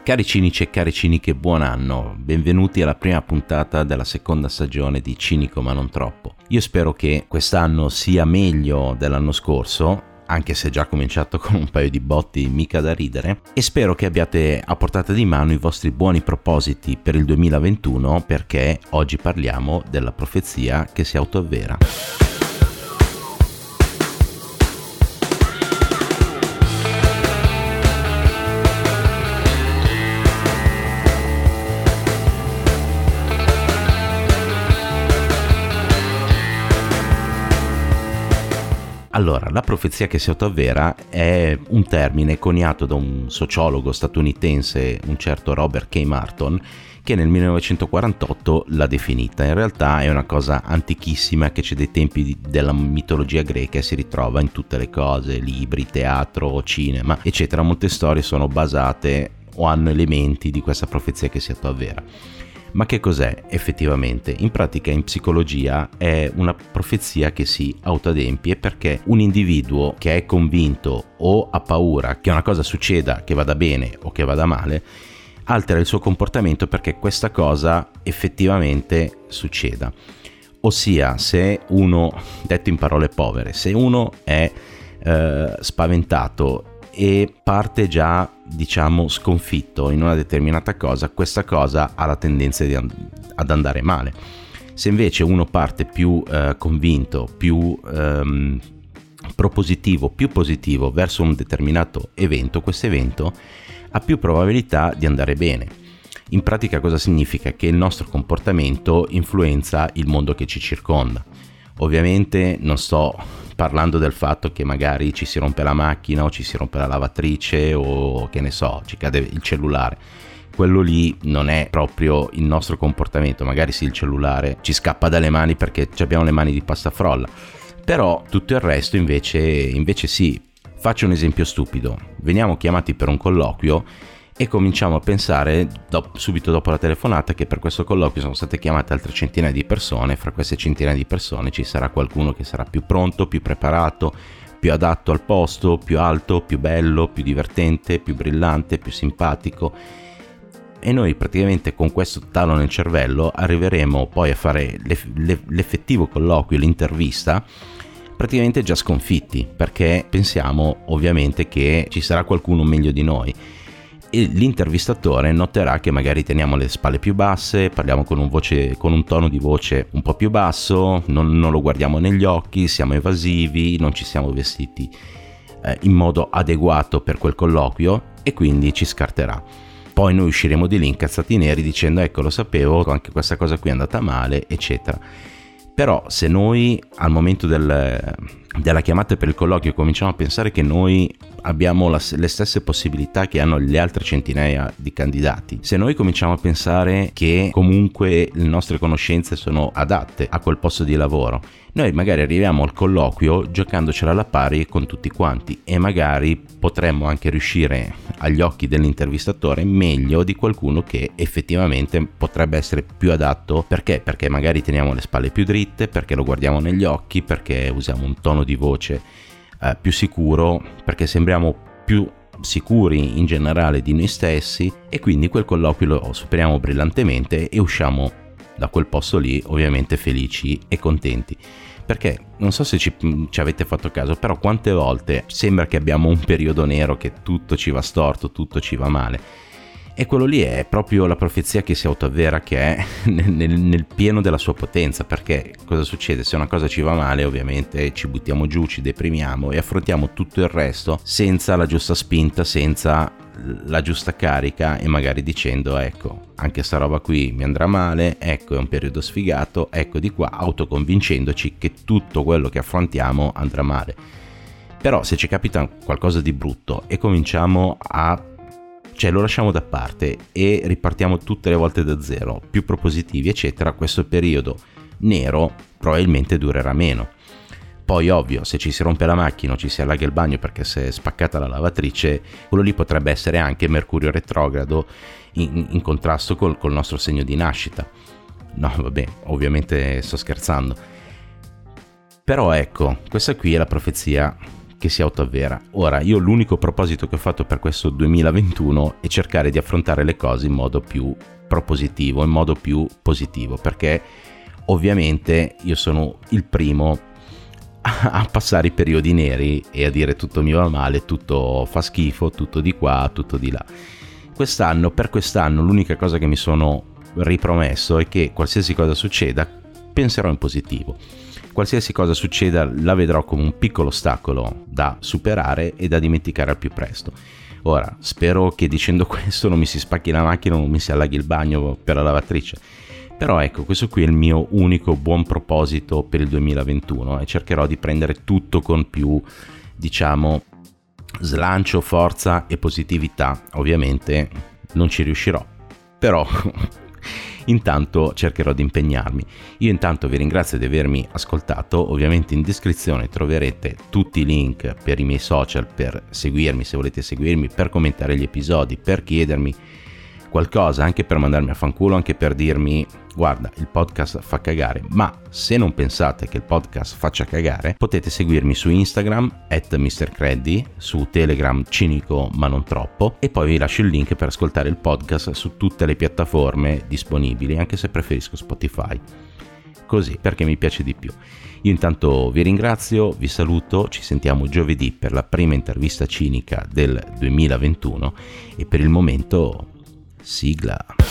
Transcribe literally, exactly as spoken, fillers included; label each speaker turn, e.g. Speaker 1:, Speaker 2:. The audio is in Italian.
Speaker 1: Cari cinici e cari ciniche, buon anno, benvenuti alla prima puntata della seconda stagione di Cinico ma non troppo. Io spero che quest'anno sia meglio dell'anno scorso, anche se è già cominciato con un paio di botti mica da ridere, e spero che abbiate a portata di mano i vostri buoni propositi per il duemilaventuno, perché oggi parliamo della profezia che si autoavvera. Allora, la profezia che si autoavvera è un termine coniato da un sociologo statunitense, un certo Robert K. Martin, che nel millenovecentoquarantotto l'ha definita. In realtà è una cosa antichissima che c'è dai tempi della mitologia greca e si ritrova in tutte le cose, libri, teatro, cinema, eccetera. Molte storie sono basate o hanno elementi di questa profezia che si autoavvera. Ma che cos'è effettivamente? In pratica in psicologia è una profezia che si autoadempie perché un individuo che è convinto o ha paura che una cosa succeda, che vada bene o che vada male, altera il suo comportamento perché questa cosa effettivamente succeda. Ossia, se uno, detto in parole povere, se uno è eh, spaventato e parte già, diciamo, sconfitto in una determinata cosa, questa cosa ha la tendenza di and- ad andare male. Se invece uno parte più eh, convinto, più ehm, propositivo, più positivo verso un determinato evento, questo evento ha più probabilità di andare bene. In pratica cosa significa? Che il nostro comportamento influenza il mondo che ci circonda. Ovviamente non sto parlando del fatto che magari ci si rompe la macchina o ci si rompe la lavatrice o che ne so, ci cade il cellulare. Quello lì non è proprio il nostro comportamento, magari sì, il cellulare ci scappa dalle mani perché abbiamo le mani di pasta frolla, però tutto il resto invece, invece sì. Faccio un esempio stupido: veniamo chiamati per un colloquio e cominciamo a pensare do- subito dopo la telefonata che per questo colloquio sono state chiamate altre centinaia di persone. Fra queste centinaia di persone ci sarà qualcuno che sarà più pronto, più preparato, più adatto al posto, più alto, più bello, più divertente, più brillante, più simpatico, e noi praticamente con questo talo nel cervello arriveremo poi a fare l'eff- l'effettivo colloquio, l'intervista, praticamente già sconfitti, perché pensiamo ovviamente che ci sarà qualcuno meglio di noi. E l'intervistatore noterà che magari teniamo le spalle più basse, parliamo con un, voce, con un tono di voce un po' più basso, non, non lo guardiamo negli occhi, siamo evasivi, non ci siamo vestiti eh, in modo adeguato per quel colloquio e quindi ci scarterà. Poi noi usciremo di lì incazzati neri dicendo ecco, lo sapevo, anche questa cosa qui è andata male, eccetera. Però se noi al momento del, della chiamata per il colloquio cominciamo a pensare che noi abbiamo la, le stesse possibilità che hanno le altre centinaia di candidati, se noi cominciamo a pensare che comunque le nostre conoscenze sono adatte a quel posto di lavoro, noi magari arriviamo al colloquio giocandocela alla pari con tutti quanti e magari potremmo anche riuscire agli occhi dell'intervistatore meglio di qualcuno che effettivamente potrebbe essere più adatto. Perché? Perché magari teniamo le spalle più dritte, perché lo guardiamo negli occhi, perché usiamo un tono di voce eh, più sicuro, perché sembriamo più sicuri in generale di noi stessi e quindi quel colloquio lo superiamo brillantemente e usciamo da quel posto lì ovviamente felici e contenti. Perché non so se ci, ci avete fatto caso, però quante volte sembra che abbiamo un periodo nero, che tutto ci va storto, tutto ci va male, e quello lì è proprio la profezia che si autoavvera, che è nel, nel pieno della sua potenza. Perché cosa succede? Se una cosa ci va male ovviamente ci buttiamo giù, ci deprimiamo e affrontiamo tutto il resto senza la giusta spinta, senza la giusta carica e magari dicendo ecco, anche sta roba qui mi andrà male, ecco è un periodo sfigato, ecco di qua, autoconvincendoci che tutto quello che affrontiamo andrà male. Però se ci capita qualcosa di brutto e cominciamo a cioè lo lasciamo da parte e ripartiamo tutte le volte da zero, più propositivi eccetera, questo periodo nero probabilmente durerà meno. Poi ovvio, se ci si rompe la macchina o ci si allaga il bagno perché si è spaccata la lavatrice, quello lì potrebbe essere anche Mercurio retrogrado in, in contrasto col, col nostro segno di nascita. No, vabbè, ovviamente sto scherzando. Però ecco, questa qui è la profezia che si autoavvera. Ora, io l'unico proposito che ho fatto per questo duemilaventuno è cercare di affrontare le cose in modo più propositivo, in modo più positivo, perché ovviamente io sono il primo a passare i periodi neri e a dire tutto mi va male, tutto fa schifo, tutto di qua, tutto di là. Quest'anno, per quest'anno, l'unica cosa che mi sono ripromesso è che qualsiasi cosa succeda, penserò in positivo. Qualsiasi cosa succeda la vedrò come un piccolo ostacolo da superare e da dimenticare al più presto. Ora, spero che dicendo questo non mi si spacchi la macchina o non mi si allaghi il bagno per la lavatrice. Però ecco, questo qui è il mio unico buon proposito per il duemilaventuno e cercherò di prendere tutto con più, diciamo, slancio, forza e positività. Ovviamente non ci riuscirò, però intanto cercherò di impegnarmi. Io intanto vi ringrazio di avermi ascoltato. Ovviamente in descrizione troverete tutti i link per i miei social, per seguirmi se volete seguirmi, per commentare gli episodi, per chiedermi qualcosa, anche per mandarmi a fanculo, anche per dirmi guarda, il podcast fa cagare. Ma se non pensate che il podcast faccia cagare, potete seguirmi su Instagram at mister Creddy, su Telegram cinico ma non troppo, e poi vi lascio il link per ascoltare il podcast su tutte le piattaforme disponibili, anche se preferisco Spotify, così, perché mi piace di più. Io intanto vi ringrazio, vi saluto, ci sentiamo giovedì per la prima intervista cinica del duemilaventuno e per il momento sigla.